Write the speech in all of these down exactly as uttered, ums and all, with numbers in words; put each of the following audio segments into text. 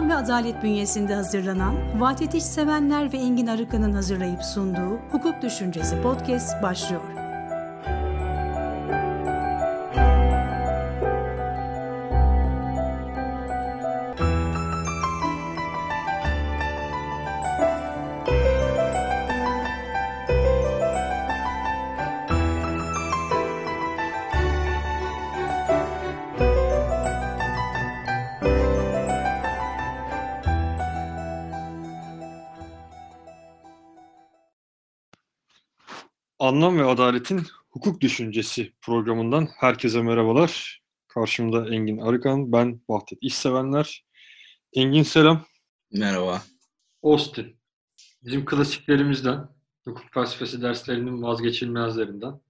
ve Adalet bünyesinde hazırlanan, Vahdet İşsevenler ve Engin Arıkan'ın hazırlayıp sunduğu Hukuk Düşüncesi Podcast başlıyor. Anlam ve Adalet'in Hukuk Düşüncesi programından herkese merhabalar. Karşımda Engin Arıkan, ben Vahdet İşsevenler. Engin selam. Merhaba. Austin, bizim klasiklerimizden, hukuk felsefesi derslerinin vazgeçilmezlerinden.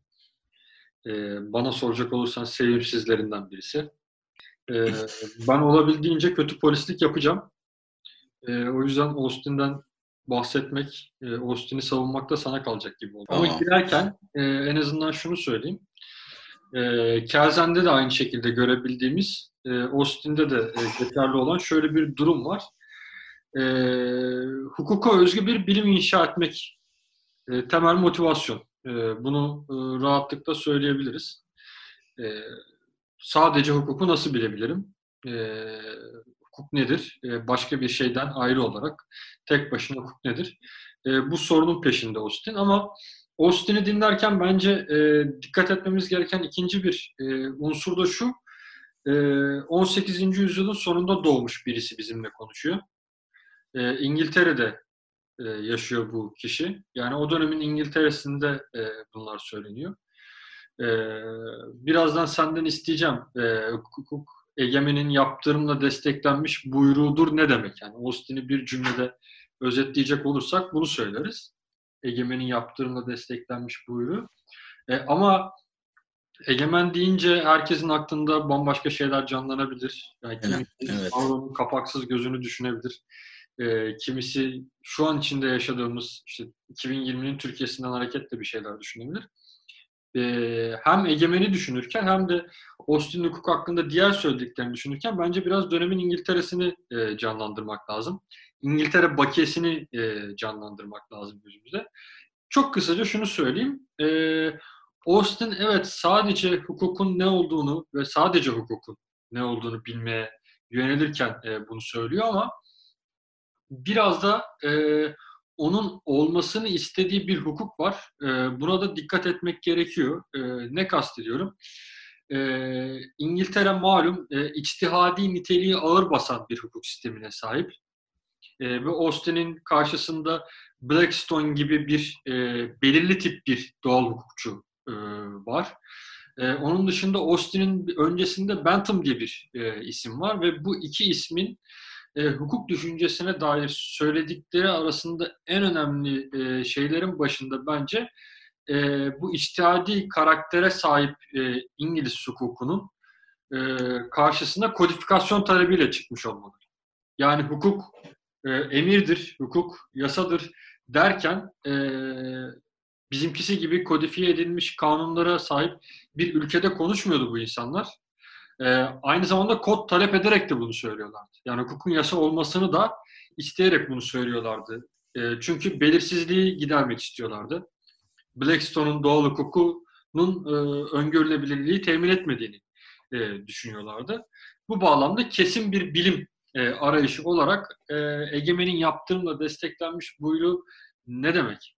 Ee, bana soracak olursan sevimsizlerinden birisi. Ee, ben olabildiğince kötü polislik yapacağım. Ee, o yüzden Austin'den bahsetmek, e, Austin'i savunmak da sana kalacak gibi oldu. Ama Tamam. girerken e, en azından şunu söyleyeyim. E, Kelsen'de de aynı şekilde görebildiğimiz, e, Austin'de de e, geçerli olan şöyle bir durum var. E, hukuka özgü bir bilim inşa etmek e, temel motivasyon. E, bunu e, rahatlıkla söyleyebiliriz. E, sadece hukuku nasıl bilebilirim? E, hukuk nedir? E, başka bir şeyden ayrı olarak tek başına hukuk nedir? E, bu sorunun peşinde Austin. Ama Austin'i dinlerken bence e, dikkat etmemiz gereken ikinci bir e, unsur da şu. E, on sekizinci yüzyılın sonunda doğmuş birisi bizimle konuşuyor. E, İngiltere'de e, yaşıyor bu kişi. Yani o dönemin İngiltere'sinde e, bunlar söyleniyor. E, birazdan senden isteyeceğim. E, hukuk egemenin yaptırımla desteklenmiş buyruğudur ne demek? Yani Austin'i bir cümlede özetleyecek olursak bunu söyleriz. Egemenin yaptırımla desteklenmiş buyruğu. E, ama egemen deyince herkesin aklında bambaşka şeyler canlanabilir. Yani kimisi Evet. Sauron'un kapaksız gözünü düşünebilir. E, kimisi şu an içinde yaşadığımız işte iki bin yirminin Türkiye'sinden hareketle bir şeyler düşünebilir. E, hem egemeni düşünürken hem de Austin hukuk hakkında diğer söylediklerini düşünürken bence biraz dönemin İngiltere'sini e, canlandırmak lazım. İngiltere bakiyesini e, canlandırmak lazım gözümüzde. Çok kısaca şunu söyleyeyim. E, Austin evet sadece hukukun ne olduğunu ve sadece hukukun ne olduğunu bilmeye yönelirken e, bunu söylüyor ama biraz da e, onun olmasını istediği bir hukuk var. E, buna da dikkat etmek gerekiyor. E, ne kastediyorum? E, İngiltere malum e, içtihadi niteliği ağır basan bir hukuk sistemine sahip. E, ve Austin'in karşısında Blackstone gibi bir e, belirli tip bir doğal hukukçu e, var. E, onun dışında Austin'in öncesinde Bentham diye bir e, isim var ve bu iki ismin e, hukuk düşüncesine dair söyledikleri arasında en önemli e, şeylerin başında bence e, bu içtihadi karaktere sahip e, İngiliz hukukunun e, karşısına kodifikasyon talebiyle çıkmış olmaları. Yani hukuk e, emirdir, hukuk yasadır derken e, bizimkisi gibi kodifiye edilmiş kanunlara sahip bir ülkede konuşmuyordu bu insanlar. E, aynı zamanda kod talep ederek de bunu söylüyorlardı. Yani hukukun yasa olmasını da isteyerek bunu söylüyorlardı. E, çünkü belirsizliği gidermek istiyorlardı. Blackstone'un doğal hukukunun e, öngörülebilirliği temin etmediğini e, düşünüyorlardı. Bu bağlamda kesin bir bilim e, arayışı olarak e, egemenin yaptırımla desteklenmiş buyruğu ne demek?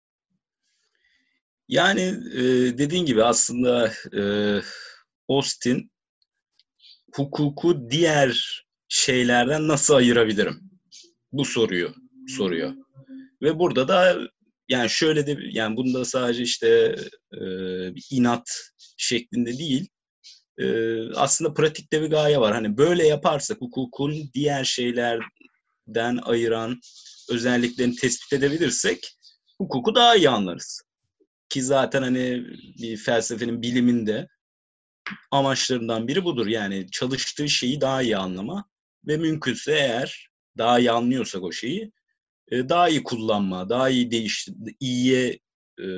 Yani e, dediğin gibi aslında e, Austin hukuku diğer şeylerden nasıl ayırabilirim? Bu soruyu soruyor. Ve burada da yani şöyle de yani bunda sadece işte e, bir inat şeklinde değil. E, aslında pratikte bir gaye var. Hani böyle yaparsak hukukun diğer şeylerden ayıran özelliklerini tespit edebilirsek hukuku daha iyi anlarız. Ki zaten hani bir felsefenin biliminde amaçlarından biri budur. Yani çalıştığı şeyi daha iyi anlama ve mümkünse eğer daha iyi anlıyorsak o şeyi daha iyi kullanma, daha iyi değiş, iyiye e,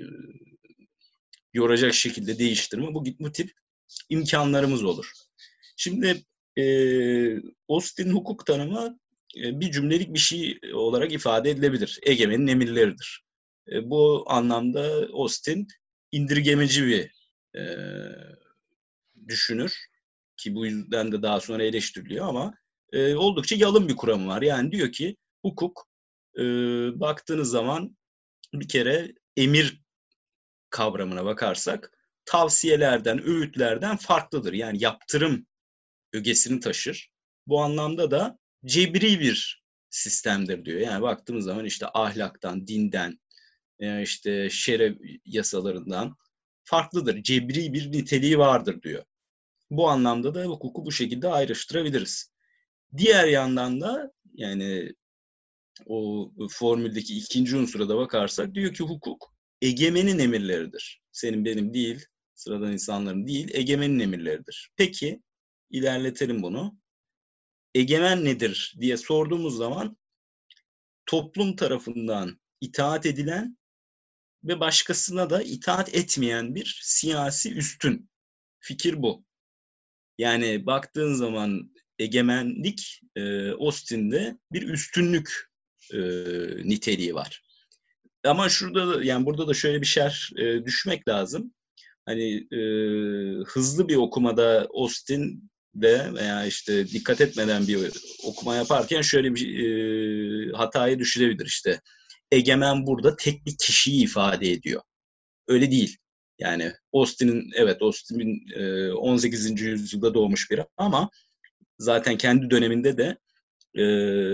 yoracak şekilde değiştirme bu, bu tip imkanlarımız olur. Şimdi e, Austin hukuk tanımı e, bir cümlelik bir şey olarak ifade edilebilir. Egemenin emirleridir. E, bu anlamda Austin indirgemeci bir e, düşünür ki bu yüzden de daha sonra eleştiriliyor ama e, oldukça yalın bir kuramı var. Yani diyor ki hukuk e, baktığınız zaman bir kere emir kavramına bakarsak tavsiyelerden, öğütlerden farklıdır. Yani yaptırım ögesini taşır. Bu anlamda da cebri bir sistemdir diyor. Yani baktığımız zaman işte ahlaktan, dinden, işte şeref yasalarından farklıdır. Cebri bir niteliği vardır diyor. Bu anlamda da hukuku bu şekilde ayrıştırabiliriz. Diğer yandan da yani o formüldeki ikinci unsura da bakarsak diyor ki hukuk egemenin emirleridir. Senin benim değil, sıradan insanların değil, egemenin emirleridir. Peki ilerletelim bunu. Egemen nedir diye sorduğumuz zaman toplum tarafından itaat edilen ve başkasına da itaat etmeyen bir siyasi üstün. Fikir bu. Yani baktığın zaman egemenlik e, Austin'de bir üstünlük e, niteliği var. Ama şurada da, yani burada da şöyle bir şer e, düşmek lazım. Hani e, hızlı bir okumada Austin de veya işte dikkat etmeden bir okuma yaparken şöyle bir e, hataya düşülebilir işte. Egemen burada tek bir kişiyi ifade ediyor. Öyle değil. Yani Austin'in evet Austin e, on sekizinci yüzyılda doğmuş biri ama zaten kendi döneminde de e,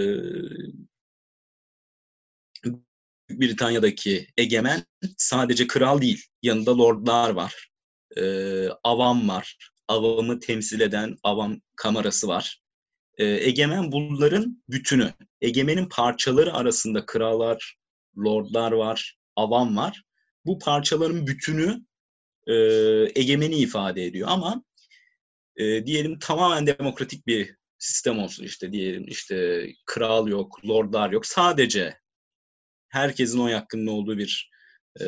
Britanya'daki egemen sadece kral değil. Yanında lordlar var. E, avam var. Avamı temsil eden avam kamerası var. E, egemen bunların bütünü. Egemenin parçaları arasında krallar, lordlar var, avam var. Bu parçaların bütünü e, egemeni ifade ediyor. Ama e, diyelim tamamen demokratik bir sistem olsun işte diyelim işte kral yok, lordlar yok. Sadece herkesin oy hakkının olduğu bir e,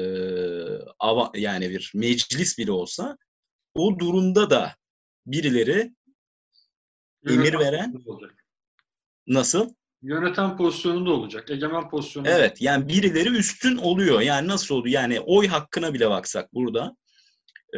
ava, yani bir meclis bile olsa o durumda da birileri Yöneten emir veren olacak. nasıl? Yöneten pozisyonunda olacak. Egemen pozisyonunda. Evet yani birileri üstün oluyor. Yani nasıl oluyor? Yani oy hakkına bile baksak burada e,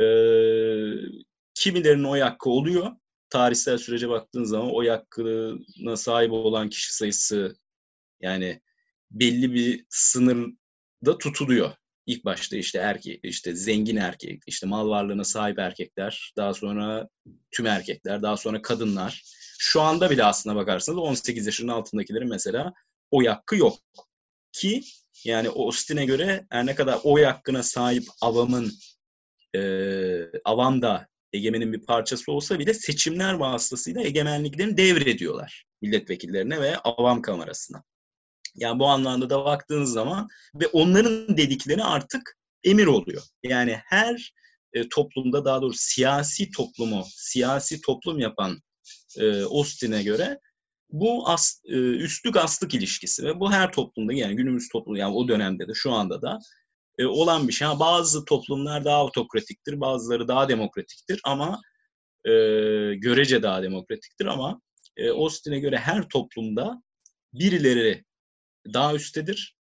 kimilerinin oy hakkı oluyor. Tarihsel sürece baktığın zaman oy hakkına sahip olan kişi sayısı yani belli bir sınırda tutuluyor. İlk başta işte erkek, işte zengin erkek, işte mal varlığına sahip erkekler, daha sonra tüm erkekler, daha sonra kadınlar. Şu anda bile aslına bakarsanız on sekiz yaşının altındakilerin mesela oy hakkı yok. Ki yani Austin'e göre her ne kadar oy hakkına sahip avamın e, avam da egemenin bir parçası olsa bile seçimler vasıtasıyla egemenliklerini devrediyorlar milletvekillerine ve avam kamerasına. Yani bu anlamda da baktığınız zaman ve onların dedikleri artık emir oluyor. Yani her e, toplumda daha doğrusu siyasi toplumu, siyasi toplum yapan e, Austin'e göre bu as, e, üstlük aslık ilişkisi ve bu her toplumda yani günümüz toplumu yani o dönemde de şu anda da e, olan bir şey. Ha, bazı toplumlar daha otokratiktir, bazıları daha demokratiktir ama e, görece daha demokratiktir ama e, Austin'e göre her toplumda birileri daha üsttedir,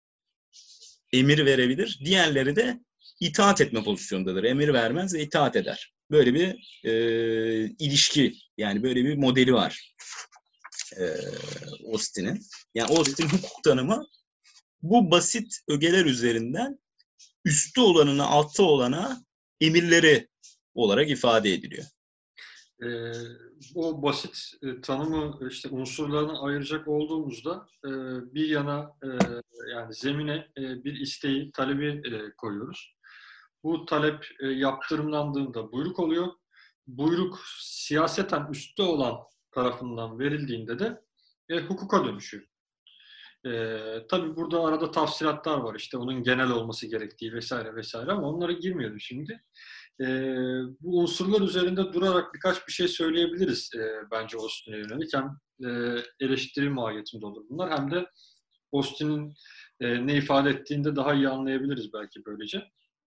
emir verebilir. Diğerleri de itaat etme pozisyondadır. Emir vermez ve itaat eder. Böyle bir e, ilişki, yani böyle bir modeli var e, Austin'in. Yani Austin hukuk tanımı bu basit ögeler üzerinden üstü olanına, altta olana emirleri olarak ifade ediliyor. E, o basit e, tanımı işte unsurlarını ayıracak olduğumuzda e, bir yana e, yani zemine e, bir isteği, talebi e, koyuyoruz. Bu talep e, yaptırımlandığında buyruk oluyor. Buyruk siyaseten üstte olan tarafından verildiğinde de e, hukuka dönüşüyor. E, tabii burada arada tafsilatlar var. İşte onun genel olması gerektiği vesaire vesaire ama onlara girmiyorum şimdi. E, bu unsurlar üzerinde durarak birkaç bir şey söyleyebiliriz e, bence Austin'e yönelik. Hem e, eleştiri mahiyetinde olur bunlar hem de Austin'in e, ne ifade ettiğini de daha iyi anlayabiliriz belki böylece.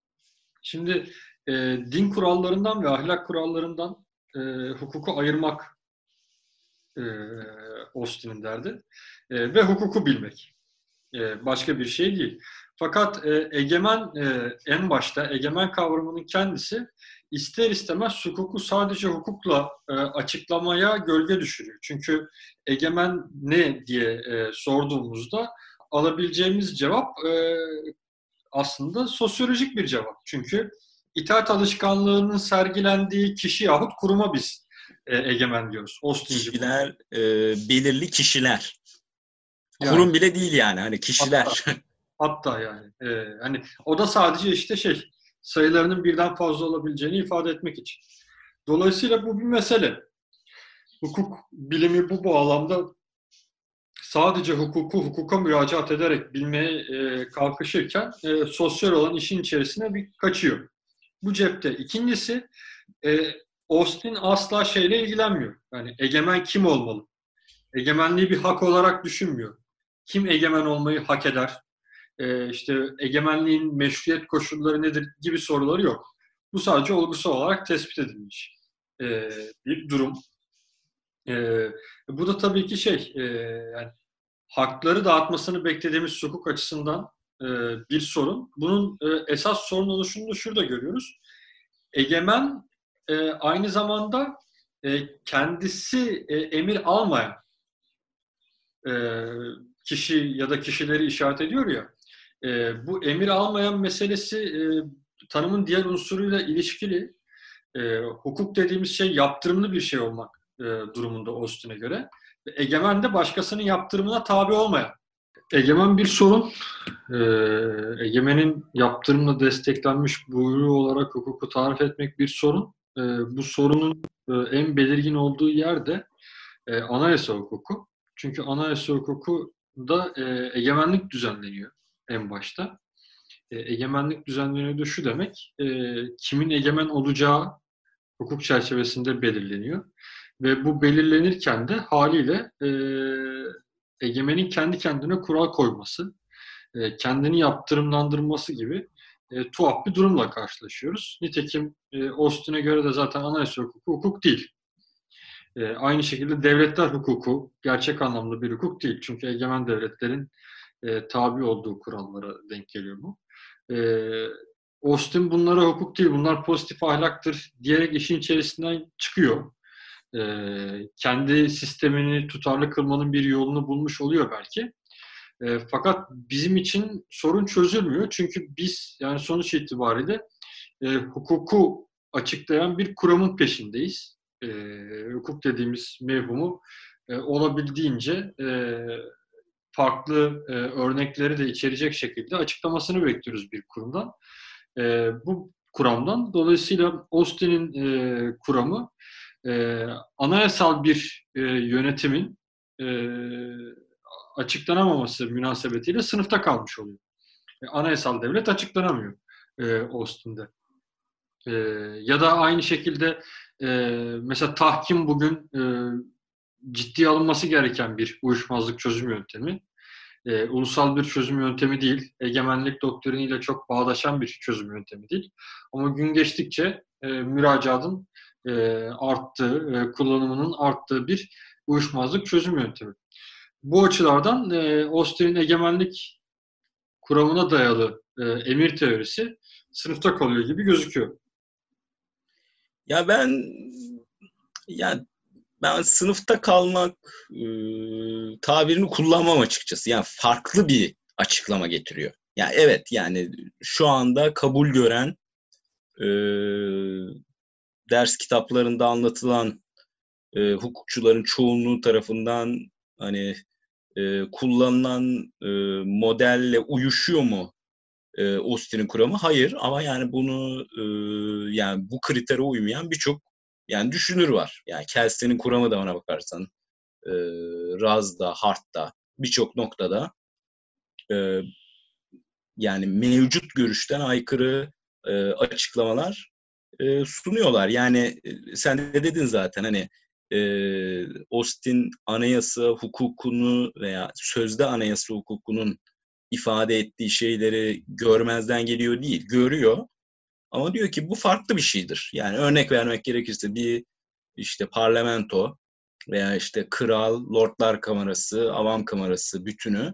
Şimdi e, din kurallarından ve ahlak kurallarından e, hukuku ayırmak e, Austin'in derdi. E, ve hukuku bilmek. E, başka bir şey değil. Fakat e, egemen e, en başta egemen kavramının kendisi ister istemez hukuku sadece hukukla e, açıklamaya gölge düşürüyor. Çünkü egemen ne diye e, sorduğumuzda alabileceğimiz cevap e, aslında sosyolojik bir cevap. Çünkü itaat alışkanlığının sergilendiği kişi yahut kuruma biz e, egemen diyoruz. Austinci kişiler, e, belirli kişiler. yani, kurum bile değil yani hani kişiler. Hatta, hatta yani e, hani o da sadece işte şey sayılarının birden fazla olabileceğini ifade etmek için. Dolayısıyla bu bir mesele. Hukuk bilimi bu bağlamda sadece hukuku hukuka müracaat ederek bilmeye e, kalkışırken e, sosyal olan işin içerisine bir kaçıyor. Bu cepte. İkincisi e, Austin asla şeyle ilgilenmiyor. Yani egemen kim olmalı? Egemenliği bir hak olarak düşünmüyor. Kim egemen olmayı hak eder? E, işte egemenliğin meşruiyet koşulları nedir gibi soruları yok. Bu sadece olgusal olarak tespit edilmiş e, bir durum. E, bu da tabii ki şey, e, yani hakları dağıtmasını beklediğimiz hukuk açısından e, bir sorun. Bunun e, esas sorun oluşunu da şurada görüyoruz. Egemen e, aynı zamanda e, kendisi e, emir almayan e, kişi ya da kişileri işaret ediyor ya. E, bu emir almayan meselesi e, tanımın diğer unsuruyla ilişkili. E, hukuk dediğimiz şey yaptırımlı bir şey olmak e, durumunda Austin'e göre. Egemen de başkasının yaptırımına tabi olmayan. Egemen bir sorun. E, egemenin yaptırımla desteklenmiş buyruğu olarak hukuku tarif etmek bir sorun. E, bu sorunun e, en belirgin olduğu yerde e, anayasa hukuku. Çünkü anayasa hukuku da e, egemenlik düzenleniyor en başta. E, egemenlik düzenleniyor da şu demek, e, kimin egemen olacağı hukuk çerçevesinde belirleniyor. Ve bu belirlenirken de haliyle e, egemenin kendi kendine kural koyması, e, kendini yaptırımlandırması gibi e, tuhaf bir durumla karşılaşıyoruz. Nitekim e, Austin'e göre de zaten anayasa hukuku hukuk değil. E, aynı şekilde devletler hukuku gerçek anlamda bir hukuk değil. Çünkü egemen devletlerin e, tabi olduğu kurallara denk geliyor bu. E, Austin bunlara hukuk değil, bunlar pozitif ahlaktır diyerek işin içerisinden çıkıyor. E, kendi sistemini tutarlı kılmanın bir yolunu bulmuş oluyor belki. E, fakat bizim için sorun çözülmüyor. Çünkü biz yani sonuç itibariyle e, hukuku açıklayan bir kuramın peşindeyiz. E, hukuk dediğimiz mevhumu e, olabildiğince e, farklı e, örnekleri de içerecek şekilde açıklamasını bekliyoruz bir kurumdan. E, bu kuramdan. Dolayısıyla Austin'in e, kuramı e, anayasal bir e, yönetimin e, açıklanamaması münasebetiyle sınıfta kalmış oluyor. E, anayasal devlet açıklanamıyor e, Austin'de. E, ya da aynı şekilde e, mesela tahkim bugün e, ciddiye alınması gereken bir uyuşmazlık çözüm yöntemi. E, ulusal bir çözüm yöntemi değil, egemenlik doktriniyle çok bağdaşan bir çözüm yöntemi değil. Ama gün geçtikçe e, müracaatın e, arttığı, e, kullanımının arttığı bir uyuşmazlık çözüm yöntemi. Bu açılardan e, Austin'in egemenlik kuramına dayalı e, emir teorisi sınıfta kalıyor gibi gözüküyor. Ya ben yani ben sınıfta kalmak e, tabirini kullanmam açıkçası. Yani farklı bir açıklama getiriyor. Yani evet yani şu anda kabul gören e, ders kitaplarında anlatılan e, hukukçuların çoğunluğu tarafından hani e, kullanılan e, modelle uyuşuyor mu e, Austin'in kuramı? Hayır ama yani bunu e, yani bu kritere uymayan birçok yani düşünür var. Yani Kelsey'nin kuramı da ona bakarsan e, Raz'da, Hart'ta birçok noktada e, yani mevcut görüşten aykırı e, açıklamalar e, sunuyorlar. Yani e, sen de dedin zaten hani e, Austin anayasa hukukunu veya sözde anayasa hukukunun ifade ettiği şeyleri görmezden geliyor değil, görüyor. Ama diyor ki bu farklı bir şeydir. Yani örnek vermek gerekirse bir işte parlamento veya işte kral, lordlar kamerası, avam kamerası bütünü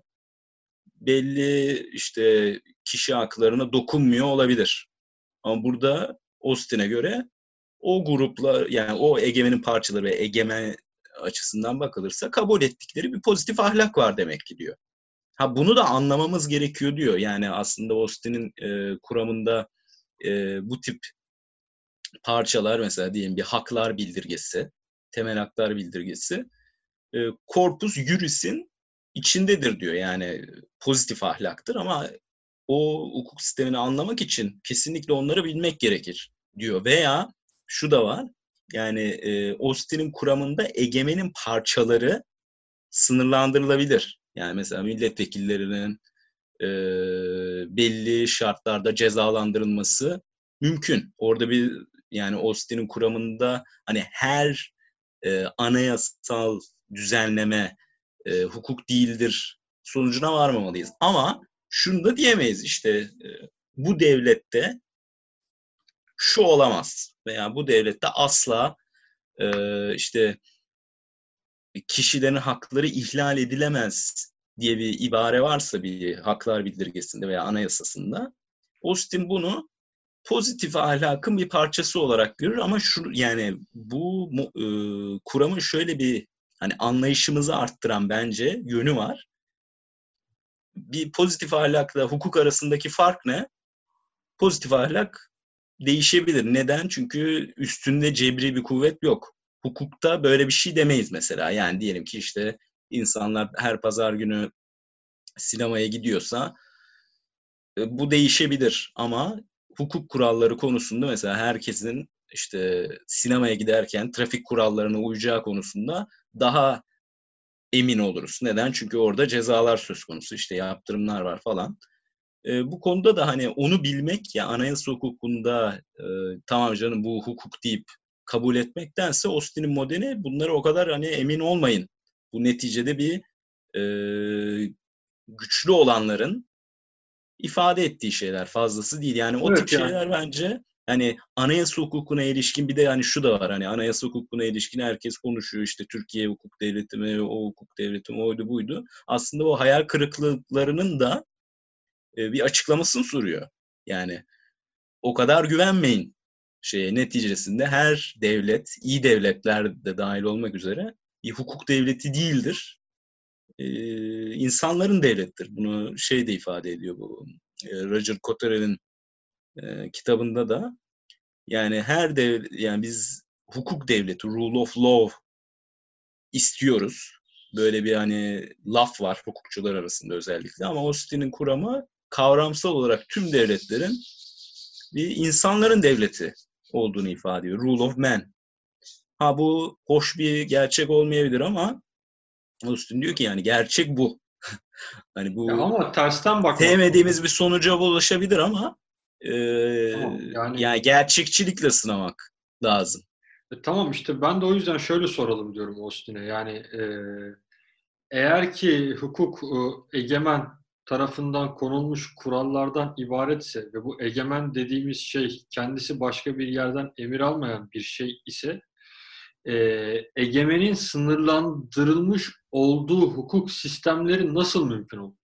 belli işte kişi haklarına dokunmuyor olabilir. Ama burada Austin'e göre o gruplar, yani o egemenin parçaları ve egemen açısından bakılırsa kabul ettikleri bir pozitif ahlak var demek ki diyor. Ha, bunu da anlamamız gerekiyor diyor. Yani aslında Austin'in e, kuramında e, bu tip parçalar, mesela diyelim bir haklar bildirgesi, temel haklar bildirgesi, e, corpus juris'in içindedir diyor. Yani pozitif ahlaktır ama o hukuk sistemini anlamak için kesinlikle onları bilmek gerekir diyor. Veya şu da var, yani e, Austin'in kuramında egemenin parçaları sınırlandırılabilir. Yani mesela milletvekillerinin e, belli şartlarda cezalandırılması mümkün. Orada bir, yani Austin'in kuramında hani her e, anayasal düzenleme e, hukuk değildir sonucuna varmamalıyız. Ama şunu da diyemeyiz, işte e, bu devlette şu olamaz veya bu devlette asla e, işte kişilerin hakları ihlal edilemez diye bir ibare varsa bir haklar bildirgesinde veya anayasasında, Austin bunu pozitif ahlakın bir parçası olarak görür. Ama şu, yani bu e, kuramın şöyle bir hani anlayışımızı arttıran bence yönü var. Bir pozitif ahlakla hukuk arasındaki fark ne? Pozitif ahlak değişebilir. Neden? Çünkü üstünde cebri bir kuvvet yok. Hukukta böyle bir şey demeyiz mesela. Yani diyelim ki işte insanlar her pazar günü sinemaya gidiyorsa e, bu değişebilir. Ama hukuk kuralları konusunda mesela herkesin işte sinemaya giderken trafik kurallarına uyacağı konusunda daha emin oluruz. Neden? Çünkü orada cezalar söz konusu, işte yaptırımlar var falan. E, bu konuda da hani onu bilmek, ya anayasa hukukunda e, tamam canım bu hukuk deyip kabul etmektense Austin'in modeli bunları o kadar hani emin olmayın. Bu neticede bir e, güçlü olanların ifade ettiği şeyler, fazlası değil. Yani o tip Evet yani. şeyler bence hani anayasa hukukuna ilişkin, bir de hani şu da var, hani anayasa hukukuna ilişkin herkes konuşuyor, işte Türkiye hukuk devleti mi, o hukuk devleti mi, oydu buydu. Aslında o hayal kırıklıklarının da e, bir açıklamasını soruyor. Yani o kadar güvenmeyin şeye, neticesinde her devlet, iyi devletler de dahil olmak üzere bir hukuk devleti değildir. Ee, insanların devlettir. Bunu şey de ifade ediyor bu e, Roger Cotterell'in e, kitabında da. Yani her dev, yani biz hukuk devleti, rule of law istiyoruz. Böyle bir hani laf var hukukçular arasında özellikle, ama Austin'in kuramı kavramsal olarak tüm devletlerin bir insanların devleti olduğunu ifade ediyor. Rule of man. Ha, bu hoş bir gerçek olmayabilir ama Austin diyor ki yani gerçek bu. Hani Ya bu ama tersten bakmak sevmediğimiz lazım. bir sonuca ulaşabilir ama e, Tamam yani. yani gerçekçilikle sınamak lazım. E, tamam işte ben de o yüzden şöyle soralım diyorum Austin'e. Yani e, eğer ki hukuk e, egemen tarafından konulmuş kurallardan ibaretse ve bu egemen dediğimiz şey kendisi başka bir yerden emir almayan bir şey ise e, egemenin sınırlandırılmış olduğu hukuk sistemleri nasıl mümkün olur?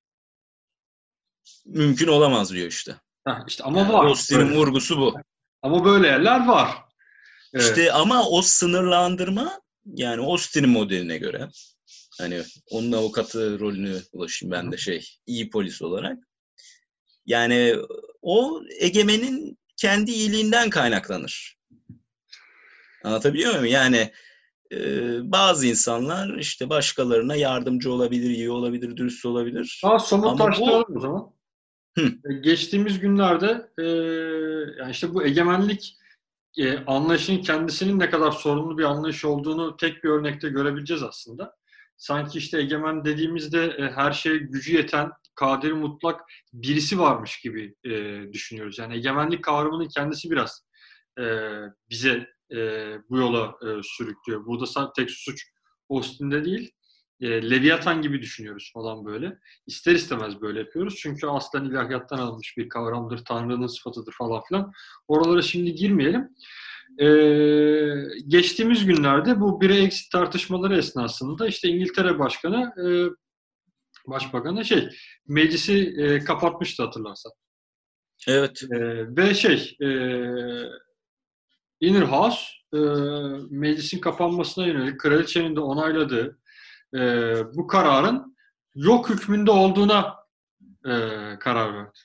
Mümkün olamaz diyor işte. Heh, işte ama Yani var Austin'in böyle. vurgusu bu. Ama böyle yerler var. Evet. İşte ama o sınırlandırma, yani Austin'in modeline göre, hani onun avukatı rolünü ulaşayım ben de şey, iyi polis olarak. Yani o egemenin kendi iyiliğinden kaynaklanır. Anlatabiliyor muyum? Yani e, bazı insanlar işte başkalarına yardımcı olabilir, iyi olabilir, dürüst olabilir. Daha Ama bu somutlaştıralım o zaman. hı, E, Geçtiğimiz günlerde e, yani işte bu egemenlik e, anlayışının kendisinin ne kadar sorunlu bir anlayış olduğunu tek bir örnekte görebileceğiz aslında. Sanki işte egemen dediğimizde e, her şeye gücü yeten, kadir mutlak birisi varmış gibi e, düşünüyoruz. Yani egemenlik kavramının kendisi biraz e, bize e, bu yola e, sürüklüyor. Burada sadece tek suç Austin'de değil, e, Leviathan gibi düşünüyoruz falan böyle. İster istemez böyle yapıyoruz. Çünkü aslen ilahiyattan alınmış bir kavramdır, Tanrı'nın sıfatıdır falan filan. Oralara şimdi girmeyelim. e, geçtiğimiz günlerde bu Brexit tartışmaları esnasında işte İngiltere Başkanı, e, Başbakanı şey meclisi e, kapatmıştı hatırlarsan. Evet. E, ve şey e, Inner House e, meclisin kapanmasına yönelik kraliçenin de onayladığı e, bu kararın yok hükmünde olduğuna e, karar verdi.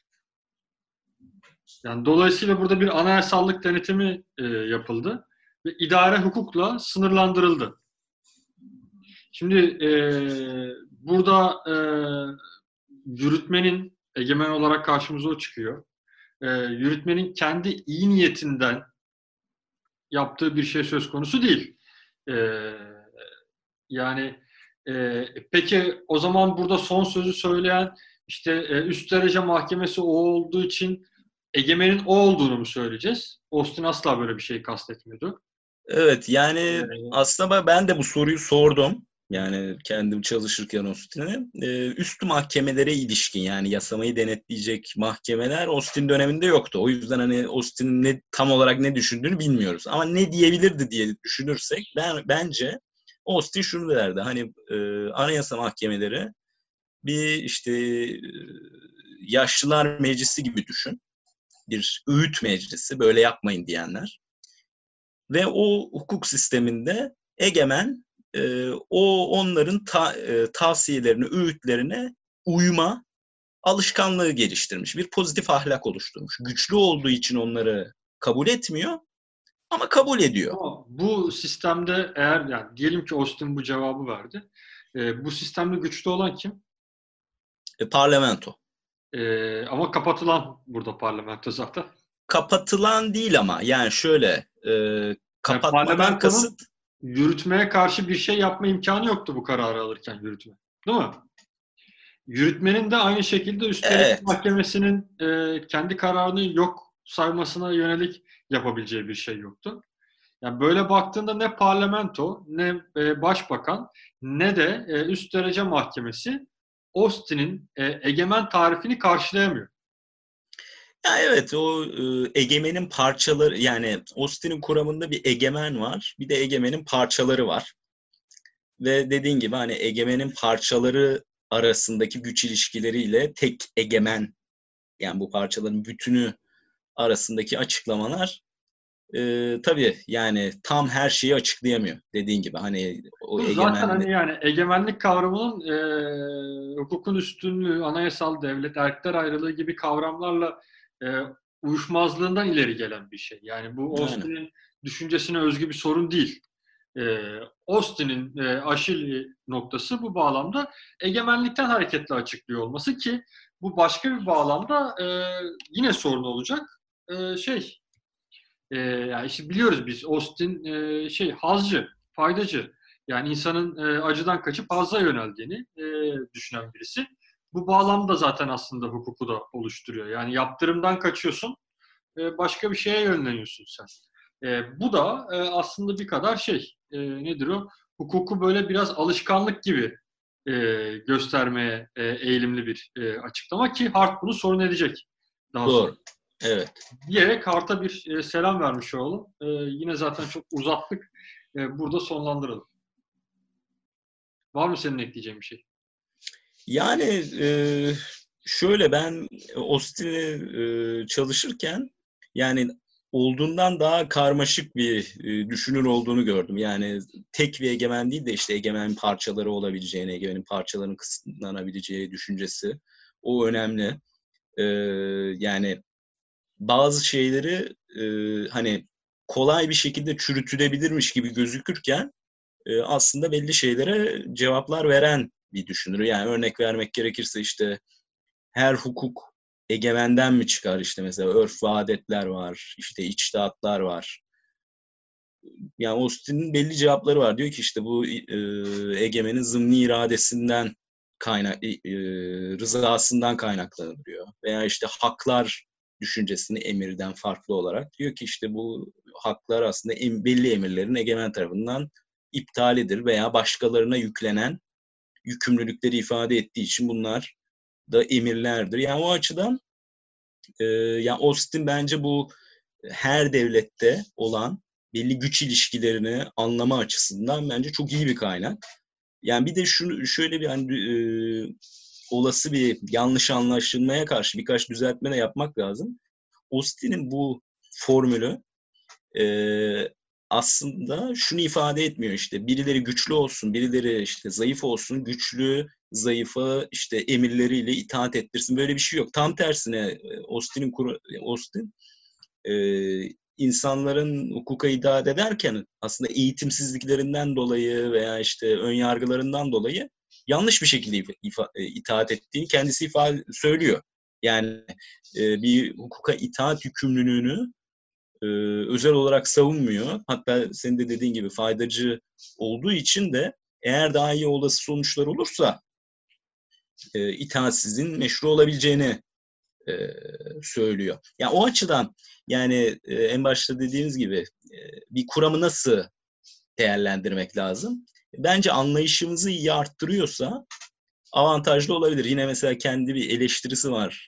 Yani dolayısıyla burada bir anayasallık denetimi e, yapıldı ve idare hukukla sınırlandırıldı. Şimdi e, burada e, yürütmenin egemen olarak karşımıza o çıkıyor. E, yürütmenin kendi iyi niyetinden yaptığı bir şey söz konusu değil. E, yani e, peki o zaman burada son sözü söyleyen işte e, üst derece mahkemesi o olduğu için egemenin o olduğunu mu söyleyeceğiz? Austin asla böyle bir şey kastetmiyordu. Evet, yani Ee, aslında ben de bu soruyu sordum. Yani kendim çalışırken Austin'e. Ee, üstü mahkemelere ilişkin, yani yasamayı denetleyecek mahkemeler Austin döneminde yoktu. O yüzden hani Austin'in ne, tam olarak ne düşündüğünü bilmiyoruz. Ama ne diyebilirdi diye düşünürsek ben bence Austin şunu derdi. Hani e, anayasa mahkemeleri bir işte e, yaşlılar meclisi gibi düşün. Bir öğüt meclisi, böyle yapmayın diyenler. Ve o hukuk sisteminde egemen e, o onların ta, e, tavsiyelerine, öğütlerine uyma alışkanlığı geliştirmiş. Bir pozitif ahlak oluşturmuş. Güçlü olduğu için onları kabul etmiyor ama kabul ediyor. Ama bu sistemde eğer yani diyelim ki Austin bu cevabı verdi. E, bu sistemde güçlü olan kim? E, parlamento. E, ama kapatılan burada parlamento zaten. Kapatılan değil ama yani şöyle e, Yani kapatmadan parlamentonun kasıt yürütmeye karşı bir şey yapma imkanı yoktu bu kararı alırken yürütme. Değil mi? Yürütmenin de aynı şekilde üst derece evet. mahkemesinin e, kendi kararını yok saymasına yönelik yapabileceği bir şey yoktu. Yani böyle baktığında ne parlamento, ne e, başbakan, ne de e, üst derece mahkemesi Austin'in e, egemen tarifini karşılayamıyor. Ya evet, o e, egemenin parçaları, yani Austin'in kuramında bir egemen var, bir de egemenin parçaları var. Ve dediğin gibi hani egemenin parçaları arasındaki güç ilişkileriyle tek egemen, yani bu parçaların bütünü arasındaki açıklamalar e, tabii yani tam her şeyi açıklayamıyor. Dediğin gibi hani o Bu zaten egemenli hani yani egemenlik kavramının e, hukukun üstünlüğü, anayasal devlet, erkler ayrılığı gibi kavramlarla e, uyuşmazlığından ileri gelen bir şey. Yani bu yani Austin'in düşüncesine özgü bir sorun değil. E, Austin'in e, aşil noktası bu bağlamda egemenlikten hareketle açıklıyor olması ki bu başka bir bağlamda e, yine sorun olacak. E, şey, e, yani işte biliyoruz biz Austin e, şey hazcı, faydacı. Yani insanın e, acıdan kaçıp hazza yöneldiğini e, düşünen birisi. Bu bağlamda zaten aslında hukuku da oluşturuyor. Yani yaptırımdan kaçıyorsun, e, başka bir şeye yönleniyorsun sen. E, bu da e, aslında bir kadar şey, e, nedir o? Hukuku böyle biraz alışkanlık gibi e, göstermeye e, eğilimli bir e, açıklama ki Hart bunu sorun edecek daha sonra. doğru. Evet. Diyerek Hart'a bir e, selam vermiş olalım. E, yine zaten çok uzattık. E, burada sonlandıralım. Var mı senin ekleyeceğin bir şey? Yani e, şöyle ben Austin'e e, çalışırken yani olduğundan daha karmaşık bir e, düşünür olduğunu gördüm. Yani tek bir egemen değil de işte egemen parçaları olabileceğini, egemenin parçalarının kısıtlanabileceği düşüncesi. O önemli. E, yani bazı şeyleri e, hani kolay bir şekilde çürütülebilirmiş gibi gözükürken e, aslında belli şeylere cevaplar veren bir düşünür. Yani örnek vermek gerekirse işte her hukuk egemenden mi çıkar, işte mesela örf ve adetler var, işte içtihatlar var. Yani Austin'in belli cevapları var. Diyor ki işte bu e, egemenin zımni iradesinden kaynak, e, rızasından kaynaklanır diyor. Veya işte haklar düşüncesini emirden farklı olarak diyor ki işte bu haklar aslında em, belli emirlerin egemen tarafından iptalidir veya başkalarına yüklenen yükümlülükleri ifade ettiği için bunlar da emirlerdir. Yani o açıdan e, yani Austin bence bu her devlette olan belli güç ilişkilerini anlama açısından bence çok iyi bir kaynak. Yani bir de şunu şöyle bir hani e, olası bir yanlış anlaşılmaya karşı birkaç düzeltme de yapmak lazım. Austin'in bu formülü e, aslında şunu ifade etmiyor işte birileri güçlü olsun, birileri işte zayıf olsun, güçlü, zayıfa işte emirleriyle itaat ettirsin. Böyle bir şey yok. Tam tersine Austin'in Austin e, insanların hukuka itaat ederken aslında eğitimsizliklerinden dolayı veya işte ön yargılarından dolayı yanlış bir şekilde ifa, itaat ettiğini kendisi ifade söylüyor. Yani e, bir hukuka itaat yükümlülüğünü e, özel olarak savunmuyor. Hatta senin de dediğin gibi faydacı olduğu için de eğer daha iyi olası sonuçlar olursa e, itaatsizliğin meşru olabileceğini e, söylüyor. Yani o açıdan yani e, en başta dediğiniz gibi e, bir kuramı nasıl değerlendirmek lazım? Bence anlayışımızı iyi arttırıyorsa avantajlı olabilir. Yine mesela kendi bir eleştirisi var.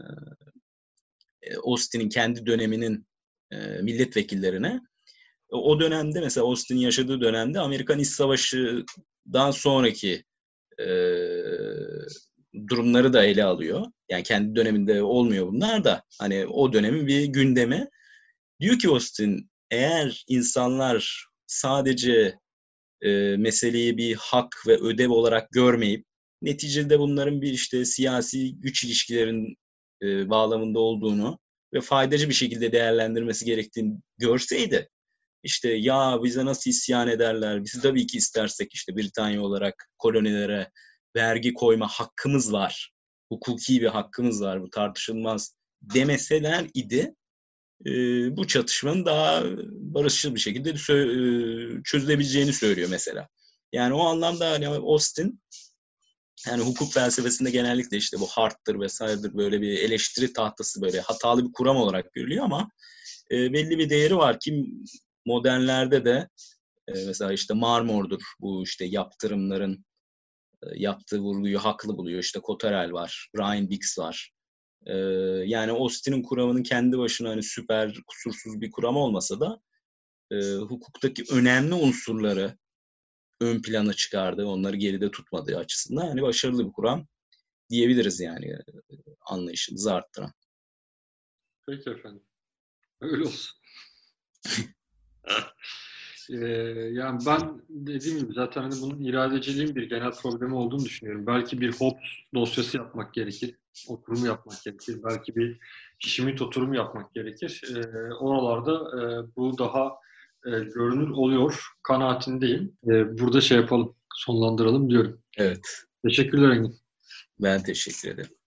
E, Austin'in kendi döneminin e, milletvekillerine. O dönemde mesela Austin'in yaşadığı dönemde Amerikan İç Savaşı'dan sonraki e, durumları da ele alıyor. Yani kendi döneminde olmuyor bunlar da. Hani o dönemin bir gündemi. Diyor ki Austin, eğer insanlar sadece e, meseleyi bir hak ve ödev olarak görmeyip neticede bunların bir işte siyasi güç ilişkilerin e, bağlamında olduğunu ve faydacı bir şekilde değerlendirmesi gerektiğini görseydi işte ya bize nasıl isyan ederler, biz tabii ki istersek işte Britanya olarak kolonilere vergi koyma hakkımız var, hukuki bir hakkımız var, bu tartışılmaz demeseler idi e, bu çatışmanın daha barışçıl bir şekilde çözülebileceğini söylüyor mesela. Yani o anlamda hani Austin yani hukuk felsefesinde genellikle işte bu Hart'tır vesairedir böyle bir eleştiri tahtası böyle hatalı bir kuram olarak görülüyor ama e, belli bir değeri var ki modernlerde de e, mesela işte Marmor'dur bu işte yaptırımların e, yaptığı vurguyu haklı buluyor. İşte Cotterell var, Brian Dix var. E, yani Austin'in kuramının kendi başına hani süper kusursuz bir kuram olmasa da e, hukuktaki önemli unsurları ön plana çıkardığı, onları geride tutmadığı açısından hani başarılı bir kuram diyebiliriz yani anlayışımızı arttıran. Peki efendim. Öyle olsun. ee, yani ben dediğim gibi zaten hani bunun iradeciliğin bir genel problemi olduğunu düşünüyorum. Belki bir Hobbes dosyası yapmak gerekir. Oturum yapmak gerekir. Belki bir Schmitt oturum yapmak gerekir. Ee, oralarda e, bu daha e, görünür oluyor kanaatindeyim. Ee, burada şey yapalım, sonlandıralım diyorum. Evet. Teşekkürler Engin. Ben teşekkür ederim.